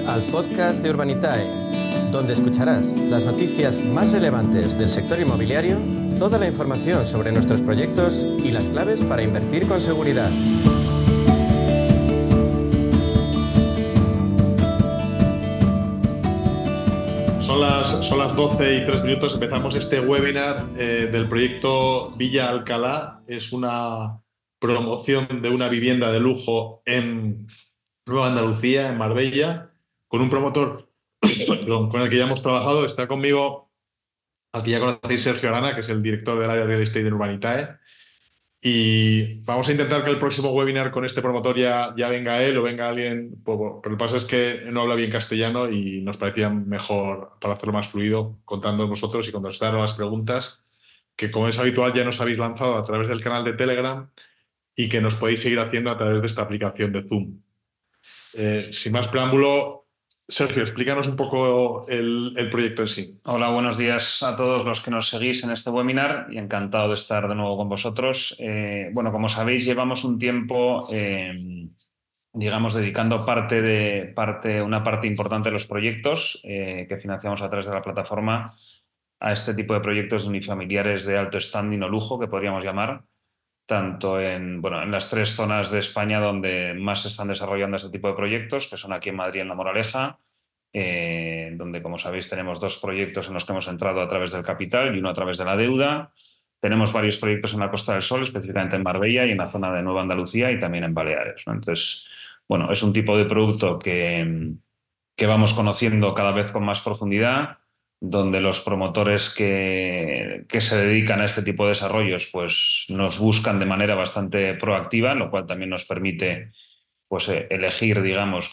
al podcast de Urbanitae, donde escucharás las noticias más relevantes del sector inmobiliario, toda la información sobre nuestros proyectos y las claves para invertir con seguridad. Son las 12:03. Empezamos este webinar del proyecto Villa Alcalá. Es una promoción de una vivienda de lujo en Nueva Andalucía, en Marbella, con un promotor con el que ya hemos trabajado. Está conmigo, al que ya conocéis, Sergio Arana, que es el director del área de Real Estate de Urbanitae. Y vamos a intentar que el próximo webinar con este promotor ya venga él o venga alguien, pero lo que pasa es que no habla bien castellano y nos parecía mejor, para hacerlo más fluido, contando nosotros y contestar a las preguntas, que como es habitual ya nos habéis lanzado a través del canal de Telegram y que nos podéis seguir haciendo a través de esta aplicación de Zoom. Sin más preámbulo, Sergio, explícanos un poco el proyecto en sí. Hola, buenos días a todos los que nos seguís en este webinar y encantado de estar de nuevo con vosotros. Bueno, como sabéis, llevamos un tiempo, digamos, dedicando una parte importante de los proyectos que financiamos a través de la plataforma a este tipo de proyectos unifamiliares de alto standing o lujo, que podríamos llamar, tanto en las tres zonas de España donde más se están desarrollando este tipo de proyectos, que son aquí en Madrid, en La Moraleja, donde, como sabéis, tenemos dos proyectos en los que hemos entrado a través del capital y uno a través de la deuda. Tenemos varios proyectos en la Costa del Sol, específicamente en Marbella y en la zona de Nueva Andalucía y también en Baleares, ¿no? Entonces, bueno, es un tipo de producto que vamos conociendo cada vez con más profundidad, donde los promotores que se dedican a este tipo de desarrollos pues nos buscan de manera bastante proactiva, lo cual también nos permite pues elegir, digamos,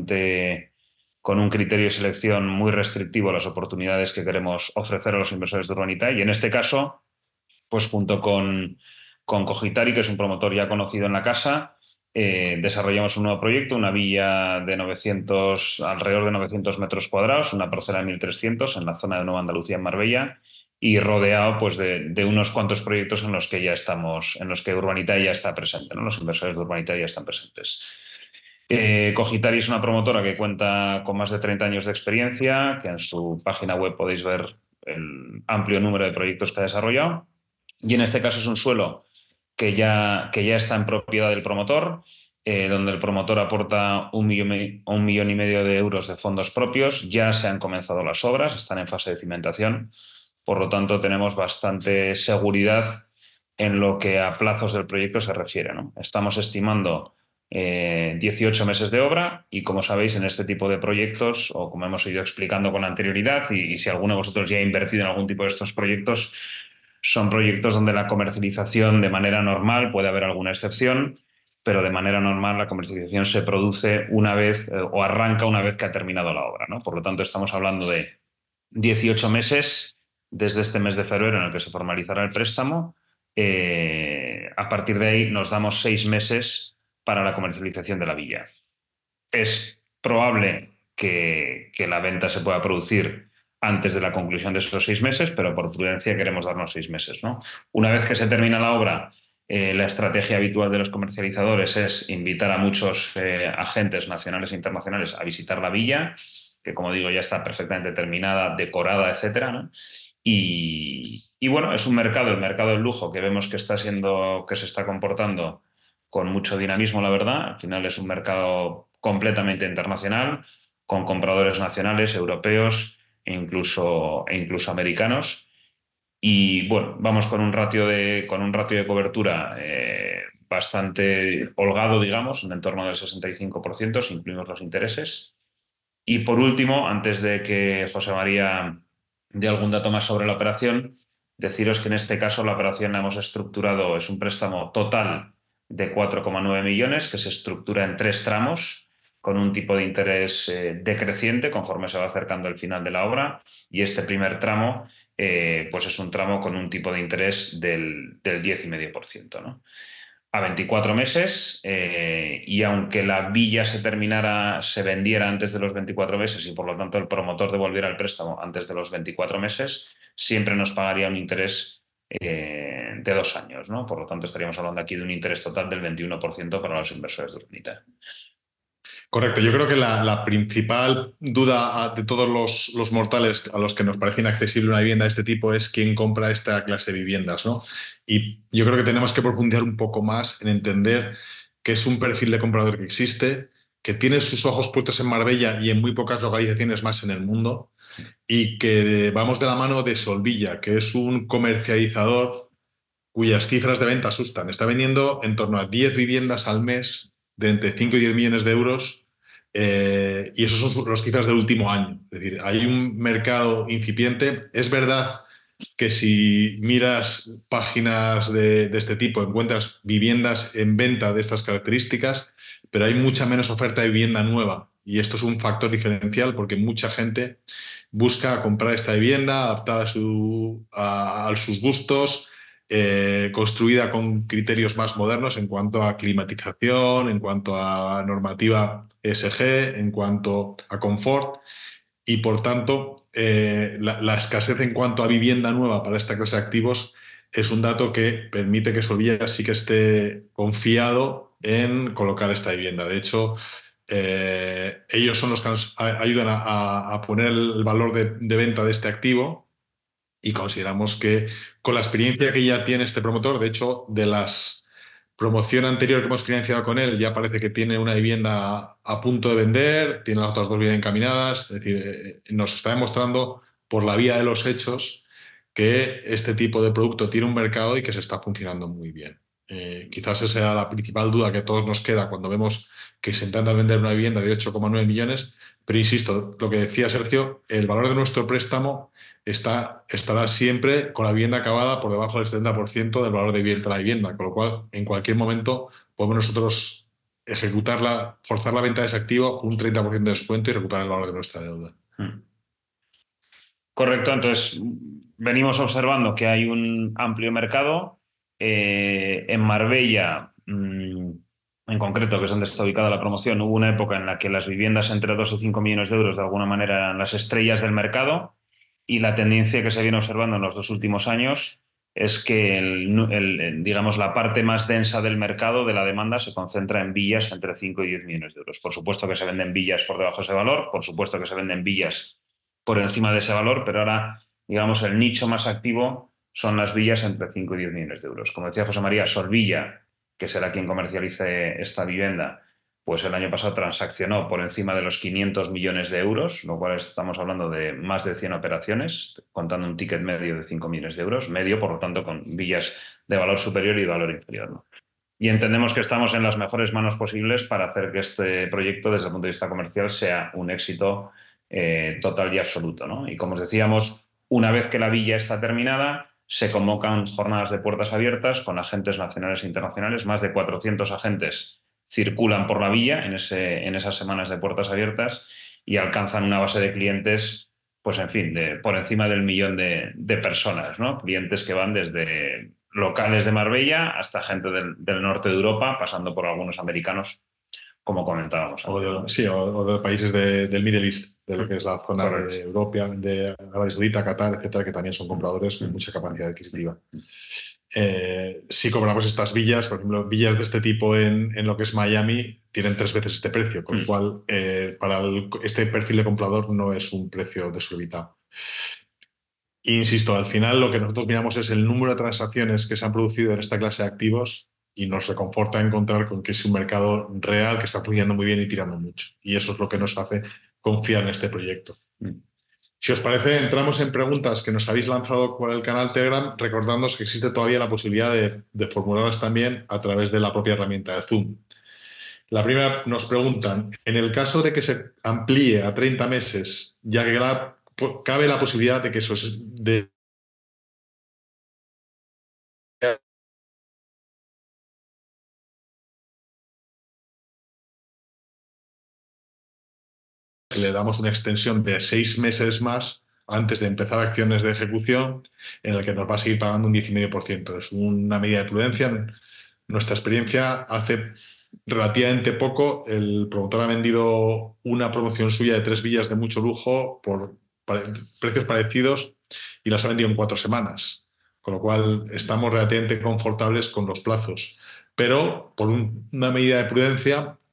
con un criterio de selección muy restrictivo las oportunidades que queremos ofrecer a los inversores de Urbanitae. Y en este caso, pues junto con Cogitari, que es un promotor ya conocido en la casa, desarrollamos un nuevo proyecto, una villa de alrededor de 900 metros cuadrados, una parcela de 1.300 en la zona de Nueva Andalucía, en Marbella, y rodeado pues de unos cuantos proyectos en los que Urbanitae ya está presente, ¿no? Los inversores de Urbanitae ya están presentes. Cogitari es una promotora que cuenta con más de 30 años de experiencia, que en su página web podéis ver el amplio número de proyectos que ha desarrollado. Y en este caso es un suelo que ya está en propiedad del promotor, donde el promotor aporta 1,5 millones de euros de fondos propios. Ya se han comenzado las obras, están en fase de cimentación. Por lo tanto, tenemos bastante seguridad en lo que a plazos del proyecto se refiere, ¿no? Estamos estimando 18 meses de obra y, como sabéis, en este tipo de proyectos, o como hemos ido explicando con anterioridad, y si alguno de vosotros ya ha invertido en algún tipo de estos proyectos, son proyectos donde la comercialización de manera normal, puede haber alguna excepción, pero de manera normal la comercialización se produce una vez o arranca una vez que ha terminado la obra, ¿no? Por lo tanto, estamos hablando de 18 meses desde este mes de febrero en el que se formalizará el préstamo. A partir de ahí nos damos 6 meses para la comercialización de la villa. Es probable que la venta se pueda producir antes de la conclusión de esos 6 meses, pero por prudencia queremos darnos 6 meses, ¿no? Una vez que se termina la obra, la estrategia habitual de los comercializadores es invitar a muchos agentes nacionales e internacionales a visitar la villa, que, como digo, ya está perfectamente terminada, decorada, etcétera, ¿no? Y bueno, es un mercado, el mercado del lujo, que vemos que se está comportando con mucho dinamismo, la verdad. Al final es un mercado completamente internacional, con compradores nacionales, europeos e incluso americanos. Y bueno, vamos con un ratio de cobertura bastante holgado, digamos, en torno del 65%, si incluimos los intereses. Y por último, antes de que José María dé algún dato más sobre la operación, deciros que en este caso la operación la hemos estructurado, es un préstamo total de 4,9 millones que se estructura en 3 tramos con un tipo de interés decreciente conforme se va acercando el final de la obra, y este primer tramo pues es un tramo con un tipo de interés del 10,5%, ¿no? A 24 meses, y aunque la villa se vendiera antes de los 24 meses y por lo tanto el promotor devolviera el préstamo antes de los 24 meses, siempre nos pagaría un interés de 2 años, ¿no? Por lo tanto, estaríamos hablando aquí de un interés total del 21% para los inversores de Urbanitae. Correcto, yo creo que la principal duda de todos los mortales a los que nos parece inaccesible una vivienda de este tipo es quién compra esta clase de viviendas, ¿no? Y yo creo que tenemos que profundizar un poco más en entender que es un perfil de comprador que existe, que tiene sus ojos puestos en Marbella y en muy pocas localizaciones más en el mundo, y que vamos de la mano de Solvilla, que es un comercializador cuyas cifras de venta asustan. Está vendiendo en torno a 10 viviendas al mes de entre 5 y 10 millones de euros, y esos son las cifras del último año. Es decir, hay un mercado incipiente. Es verdad que si miras páginas de este tipo, encuentras viviendas en venta de estas características, pero hay mucha menos oferta de vivienda nueva. Y esto es un factor diferencial porque mucha gente busca comprar esta vivienda adaptada a sus gustos, construida con criterios más modernos en cuanto a climatización, en cuanto a normativa ESG, en cuanto a confort, y por tanto la escasez en cuanto a vivienda nueva para esta clase de activos es un dato que permite que Solvilla sí que esté confiado en colocar esta vivienda. De hecho, ellos son los que nos ayudan a poner el valor de venta de este activo, y consideramos que con la experiencia que ya tiene este promotor, de hecho, de las promoción anterior que hemos financiado con él, ya parece que tiene una vivienda a punto de vender, tiene las otras dos bien encaminadas, es decir, nos está demostrando por la vía de los hechos que este tipo de producto tiene un mercado y que se está funcionando muy bien. Quizás esa sea la principal duda que a todos nos queda cuando vemos que se intenta vender una vivienda de 8,9 millones, pero insisto, lo que decía Sergio, el valor de nuestro préstamo estará siempre con la vivienda acabada por debajo del 70% del valor de la vivienda, con lo cual en cualquier momento podemos nosotros ejecutarla, forzar la venta de ese activo, un 30% de descuento y recuperar el valor de nuestra deuda. Correcto, entonces venimos observando que hay un amplio mercado. En Marbella, en concreto, que es donde está ubicada la promoción, hubo una época en la que las viviendas entre 2 y 5 millones de euros de alguna manera eran las estrellas del mercado, y la tendencia que se viene observando en los 2 últimos años es que digamos, la parte más densa del mercado de la demanda se concentra en villas entre 5 y 10 millones de euros. Por supuesto que se venden villas por debajo de ese valor, por supuesto que se venden villas por encima de ese valor, pero ahora, digamos, el nicho más activo son las villas entre 5 y 10 millones de euros. Como decía José María, Solvilla, que será quien comercialice esta vivienda, pues el año pasado transaccionó por encima de los 500 millones de euros, lo cual estamos hablando de más de 100 operaciones, contando un ticket medio de 5 millones de euros, medio, por lo tanto, con villas de valor superior y de valor inferior, ¿no? Y entendemos que estamos en las mejores manos posibles para hacer que este proyecto, desde el punto de vista comercial, sea un éxito total y absoluto, ¿no? Y como os decíamos, una vez que la villa está terminada, se convocan jornadas de puertas abiertas con agentes nacionales e internacionales. Más de 400 agentes circulan por la villa en esas semanas de puertas abiertas y alcanzan una base de clientes, pues en fin, por encima del 1 millón de personas, ¿no? Clientes que van desde locales de Marbella hasta gente del norte de Europa, pasando por algunos americanos, como comentábamos. O de países del Middle East, de lo que es la zona de Europa, de Arabia Saudita, Qatar, etcétera, que también son compradores con mucha capacidad adquisitiva. Si cobramos estas villas, por ejemplo, villas de este tipo en lo que es Miami, tienen 3 veces este precio, con lo cual para este perfil de comprador no es un precio desorbitado. Insisto, al final lo que nosotros miramos es el número de transacciones que se han producido en esta clase de activos, y nos reconforta encontrar con que es un mercado real que está funcionando muy bien y tirando mucho. Y eso es lo que nos hace confiar en este proyecto. Si os parece, entramos en preguntas que nos habéis lanzado por el canal Telegram, recordándoos que existe todavía la posibilidad de formularlas también a través de la propia herramienta de Zoom. La primera, nos preguntan, en el caso de que se amplíe a 30 meses, ya que cabe la posibilidad de que eso le damos una extensión de 6 meses más antes de empezar acciones de ejecución, en el que nos va a seguir pagando un 10,5%. Es una medida de prudencia. En nuestra experiencia, hace relativamente poco, el promotor ha vendido una promoción suya de 3 villas de mucho lujo por precios parecidos y las ha vendido en 4 semanas. Con lo cual, estamos relativamente confortables con los plazos. Pero, por una medida de prudencia,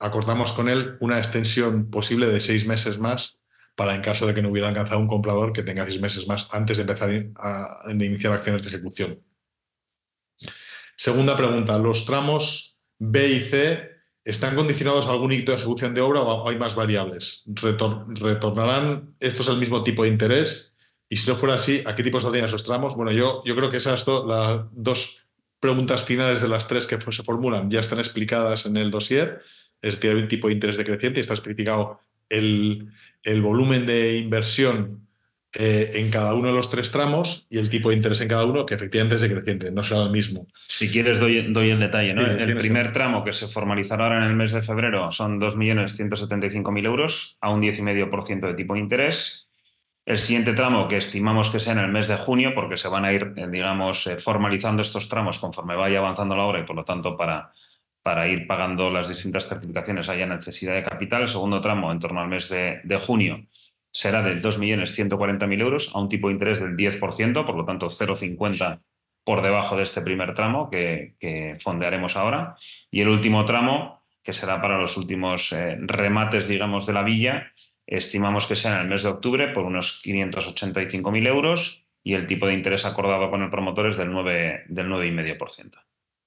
acordamos con él una extensión posible de 6 meses más para en caso de que no hubiera alcanzado un comprador que tenga 6 meses más antes de empezar de iniciar acciones de ejecución. Segunda pregunta, ¿los tramos B y C están condicionados a algún hito de ejecución de obra o hay más variables? ¿Retornarán estos al mismo tipo de interés? Y si no fuera así, ¿a qué tipo saldrían esos tramos? Bueno, yo creo que esas las dos preguntas finales de las tres que se formulan ya están explicadas en el dossier. Es decir, hay un tipo de interés decreciente y está especificado el volumen de inversión en cada uno de los tres tramos y el tipo de interés en cada uno, que efectivamente es decreciente, no será el mismo. Si quieres, doy el detalle, ¿no? Sí, El primer tramo que se formalizará ahora en el mes de febrero son 2.175.000 euros a un 10,5% de tipo de interés. El siguiente tramo, que estimamos que sea en el mes de junio, porque se van a ir, digamos, formalizando estos tramos conforme vaya avanzando la obra y, por lo tanto, para ir pagando las distintas certificaciones haya necesidad de capital. El segundo tramo, en torno al mes de junio, será de 2.140.000 euros a un tipo de interés del 10%, por lo tanto 0,50 por debajo de este primer tramo que fondearemos ahora. Y el último tramo, que será para los últimos remates, digamos, de la villa, estimamos que sea en el mes de octubre por unos 585.000 euros y el tipo de interés acordado con el promotor es del 9,5%.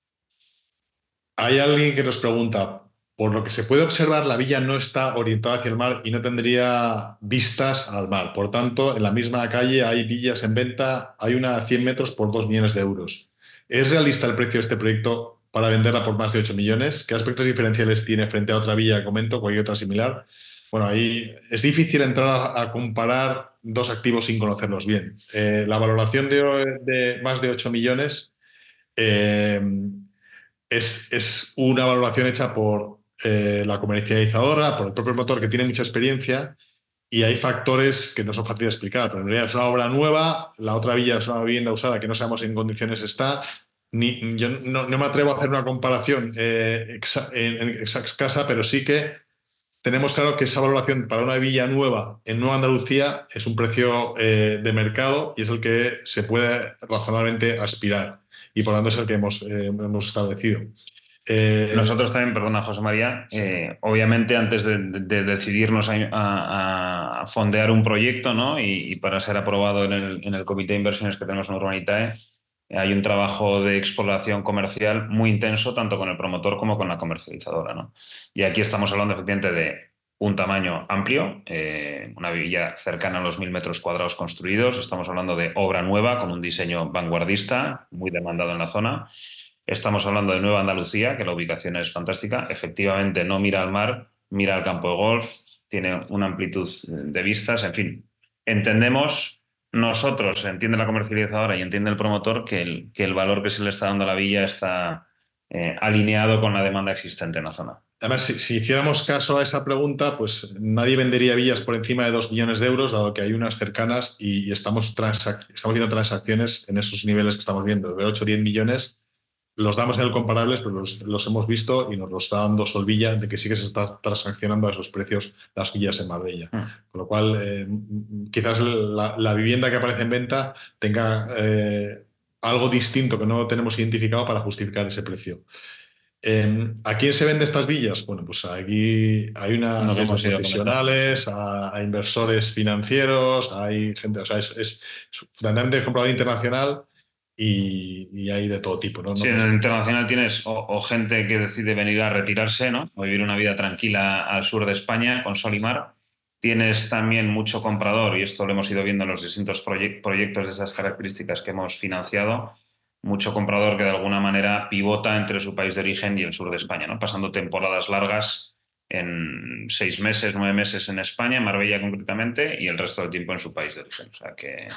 Hay alguien que nos pregunta, por lo que se puede observar, la villa no está orientada hacia el mar y no tendría vistas al mar. Por tanto, en la misma calle hay villas en venta, hay una a 100 metros por 2 millones de euros. ¿Es realista el precio de este proyecto para venderla por más de 8 millones? ¿Qué aspectos diferenciales tiene frente a otra villa que comento, cualquier otra similar? Bueno, ahí es difícil entrar a comparar dos activos sin conocerlos bien. La valoración de más de 8 millones eh, es una valoración hecha por la comercializadora, por el propio promotor que tiene mucha experiencia y hay factores que no son fáciles de explicar. Pero en realidad es una obra nueva, la otra villa es una vivienda usada que no sabemos en condiciones está. Yo no me atrevo a hacer una comparación escasa, pero sí que tenemos claro que esa valoración para una villa nueva en Nueva Andalucía es un precio de mercado y es el que se puede razonablemente aspirar. Y por lo tanto es el que hemos establecido. Nosotros también, perdona José María, obviamente antes de decidirnos a fondear un proyecto, ¿no? y para ser aprobado en el comité de inversiones que tenemos en Urbanitae, hay un trabajo de exploración comercial muy intenso tanto con el promotor como con la comercializadora, ¿no? Y aquí estamos hablando efectivamente de un tamaño amplio, una villa cercana a los 1.000 metros cuadrados construidos. Estamos hablando de obra nueva con un diseño vanguardista, muy demandado en la zona. Estamos hablando de Nueva Andalucía, que la ubicación es fantástica. Efectivamente, no mira al mar, mira al campo de golf, tiene una amplitud de vistas. En fin, entendemos nosotros, entiende la comercializadora y entiende el promotor que el valor que se le está dando a la villa está alineado con la demanda existente en la zona. Además, si hiciéramos caso a esa pregunta, pues nadie vendería villas por encima de 2 millones de euros, dado que hay unas cercanas y estamos viendo transacciones en esos niveles que estamos viendo, de 8 o 10 millones. Los damos en el comparables, pero los hemos visto y nos los está dando Solvilla de que sí que se está transaccionando a esos precios las villas en Marbella. Con lo cual, quizás la vivienda que aparece en venta tenga algo distinto que no tenemos identificado para justificar ese precio. ¿A quién se vende estas villas? Bueno, pues aquí hay una profesionales, a inversores financieros, hay gente, o sea, es fundamentalmente comprador internacional. Y hay de todo tipo, ¿no? Sí, en el internacional tienes o gente que decide venir a retirarse, ¿no? O vivir una vida tranquila al sur de España con sol y mar. Tienes también mucho comprador, y esto lo hemos ido viendo en los distintos proyectos de esas características que hemos financiado, mucho comprador que de alguna manera pivota entre su país de origen y el sur de España, ¿no? Pasando temporadas largas en 6 meses, 9 meses en España, en Marbella concretamente, y el resto del tiempo en su país de origen. O sea que...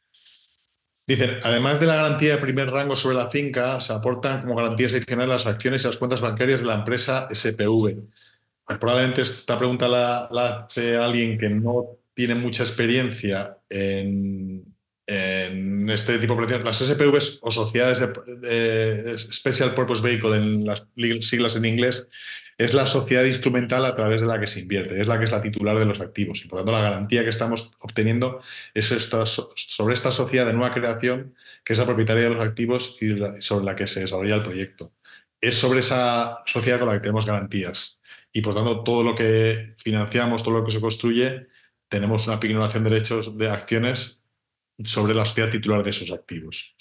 Dicen, además de la garantía de primer rango sobre la finca, se aportan como garantías adicionales las acciones y las cuentas bancarias de la empresa SPV. Probablemente esta pregunta la hace alguien que no tiene mucha experiencia en este tipo de operaciones. Las SPVs o sociedades de Special Purpose Vehicle, en las siglas en inglés, es la sociedad instrumental a través de la que se invierte, es la que es la titular de los activos. Y por lo tanto, la garantía que estamos obteniendo es sobre esta sociedad de nueva creación, que es la propietaria de los activos y sobre la que se desarrolla el proyecto. Es sobre esa sociedad con la que tenemos garantías. y por tanto todo lo que financiamos, todo lo que se construye, tenemos una pignoración de derechos de acciones sobre la sociedad titular de esos activos.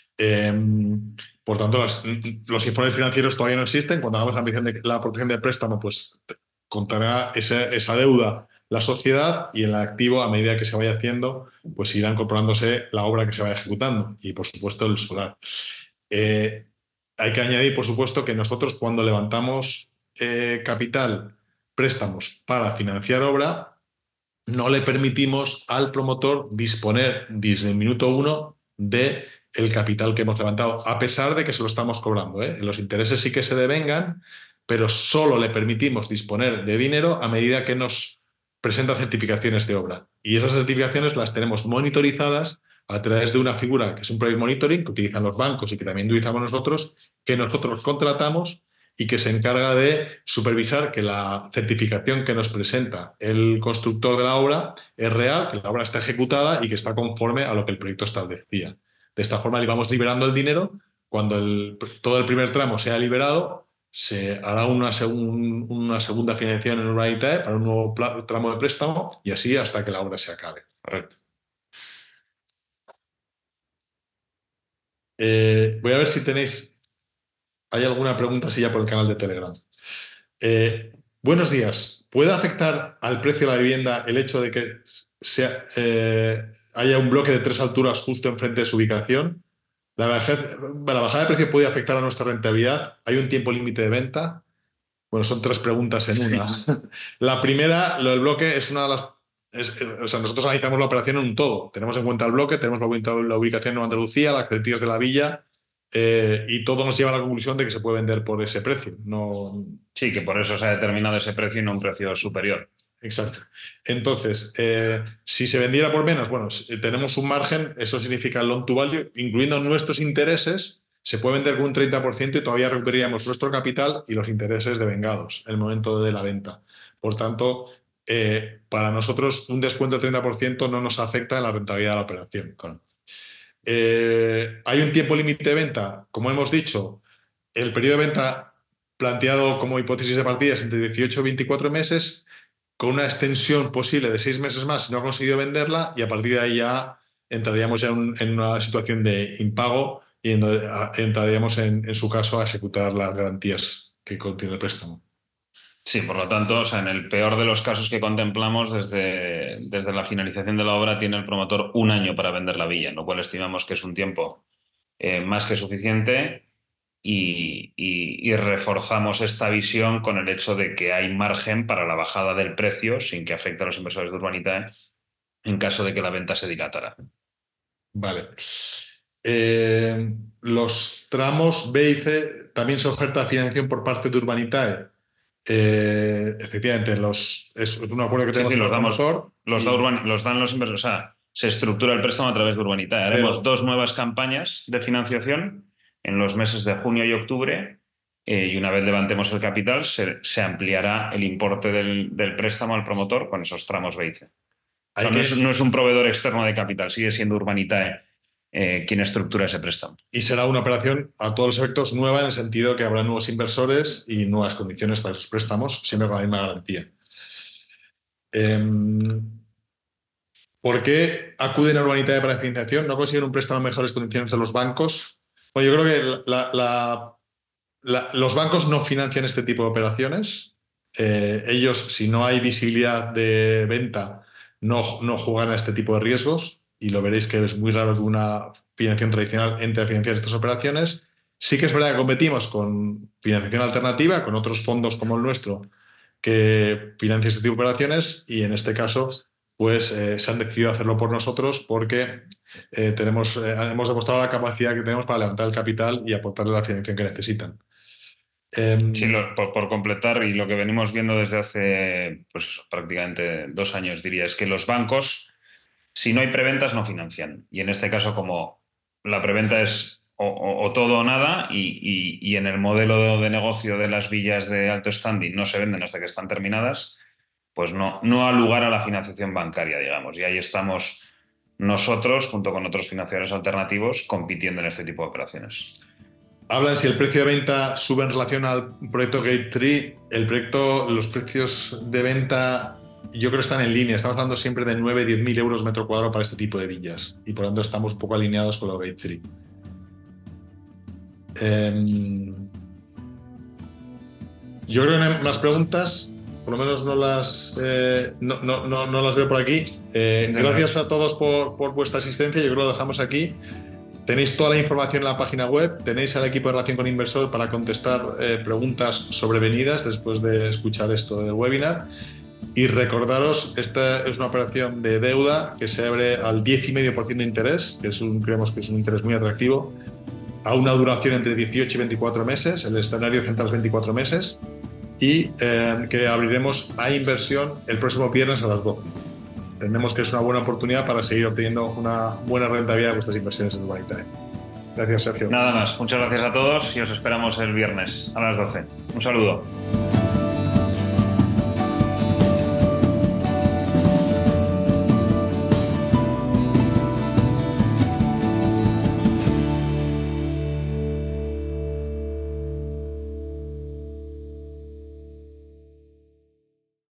Por tanto, los informes financieros todavía no existen. Cuando hagamos la protección del préstamo, pues contará esa deuda la sociedad, y en el activo, a medida que se vaya haciendo, pues irá incorporándose la obra que se vaya ejecutando y, por supuesto, el solar. Hay que añadir, por supuesto, que nosotros, cuando levantamos capital, préstamos para financiar obra, no le permitimos al promotor disponer desde el minuto 1 de el capital que hemos levantado, a pesar de que se lo estamos cobrando, ¿eh? Los intereses sí que se devengan, pero solo le permitimos disponer de dinero a medida que nos presenta certificaciones de obra. Y esas certificaciones las tenemos monitorizadas a través de una figura que es un Project Monitoring, que utilizan los bancos y que también utilizamos nosotros, que nosotros contratamos y que se encarga de supervisar que la certificación que nos presenta el constructor de la obra es real, que la obra está ejecutada y que está conforme a lo que el proyecto establecía. De esta forma le vamos liberando el dinero. Cuando todo el primer tramo sea liberado, se hará una segunda financiación en Urbanitae para un nuevo tramo de préstamo, y así hasta que la obra se acabe. Correcto. Voy a ver si hay alguna pregunta así ya por el canal de Telegram. Buenos días. ¿Puede afectar al precio de la vivienda el hecho de que haya un bloque de 3 alturas justo enfrente de su ubicación? La bajada de precio puede afectar a nuestra rentabilidad. ¿Hay un tiempo límite de venta? Bueno, son 3 preguntas en una. La primera, lo del bloque, es una de las... o sea, nosotros analizamos la operación en un todo. Tenemos en cuenta el bloque, tenemos en cuenta la ubicación en Andalucía, las características de la villa, y todo nos lleva a la conclusión de que se puede vender por ese precio. No... Sí, que por eso se ha determinado ese precio y no un precio superior. Exacto. Entonces, si se vendiera por menos, bueno, tenemos un margen, eso significa el loan to value, incluyendo nuestros intereses, se puede vender con un 30% y todavía recuperaríamos nuestro capital y los intereses devengados en el momento de la venta. Por tanto, para nosotros un descuento del 30% no nos afecta en la rentabilidad de la operación. ¿Hay un tiempo límite de venta? Como hemos dicho, el periodo de venta planteado como hipótesis de partida es entre 18 y 24 meses, con una extensión posible de 6 meses más si no ha conseguido venderla, y a partir de ahí ya entraríamos ya en una situación de impago y entraríamos en su caso a ejecutar las garantías que contiene el préstamo. Sí, por lo tanto, o sea, en el peor de los casos que contemplamos, desde la finalización de la obra tiene el promotor 1 año para vender la villa, lo cual estimamos que es un tiempo más que suficiente, y reforzamos esta visión con el hecho de que hay margen para la bajada del precio sin que afecte a los inversores de Urbanitae en caso de que la venta se dilatara. Vale. Los tramos B y C también se oferta financiación por parte de Urbanitae. Efectivamente, es un acuerdo que tenemos con el promotor. Los dan los inversores. O sea, se estructura el préstamo a través de Urbanitae. Haremos 2 nuevas campañas de financiación en los meses de junio y octubre, y una vez levantemos el capital se ampliará el importe del préstamo al promotor con esos tramos B y C. No es un proveedor externo de capital, sigue siendo Urbanitae quien estructura ese préstamo. Y será una operación a todos los efectos nueva, en el sentido que habrá nuevos inversores y nuevas condiciones para esos préstamos, siempre con la misma garantía. ¿Por qué acuden a Urbanitae para financiación? ¿No consiguen un préstamo en mejores condiciones de los bancos? Bueno, yo creo que los bancos no financian este tipo de operaciones. Ellos, si no hay visibilidad de venta, no juegan a este tipo de riesgos, y lo veréis que es muy raro que una financiación tradicional entre a financiar estas operaciones. Sí que es verdad que competimos con financiación alternativa, con otros fondos como el nuestro que financian este tipo de operaciones, y en este caso pues se han decidido hacerlo por nosotros porque hemos demostrado la capacidad que tenemos para levantar el capital y aportarle la financiación que necesitan. Sí, por completar, y lo que venimos viendo desde hace prácticamente 2 años, diría, es que los bancos, si no hay preventas, no financian. Y en este caso, como la preventa es o todo o nada, y en el modelo de negocio de las villas de alto standing no se venden hasta que están terminadas, pues no ha lugar a la financiación bancaria, digamos. Y ahí estamos nosotros, junto con otros financiadores alternativos, compitiendo en este tipo de operaciones. hablan si el precio de venta sube en relación al proyecto Gate 3. Los precios de venta yo creo que están en línea. Estamos hablando siempre de 9-10.000 euros metro cuadrado para este tipo de villas y por lo tanto estamos un poco alineados con lo Gate 3. Yo creo que no hay más preguntas, por lo menos no las veo por aquí. Gracias a todos por vuestra asistencia. Yo creo que lo dejamos aquí. Tenéis toda la información en la página web, tenéis al equipo de relación con inversor para contestar preguntas sobrevenidas después de escuchar esto del webinar. Y recordaros, esta es una operación de deuda que se abre al 10,5% de interés, que creemos que es un interés muy atractivo, a una duración entre 18 y 24 meses, el escenario central es 24 meses, y que abriremos a inversión el próximo viernes a las 12. Entendemos que es una buena oportunidad para seguir obteniendo una buena rentabilidad de vuestras inversiones en Urbanitae. Gracias, Sergio. Nada más. Muchas gracias a todos y os esperamos el viernes a las 12. Un saludo.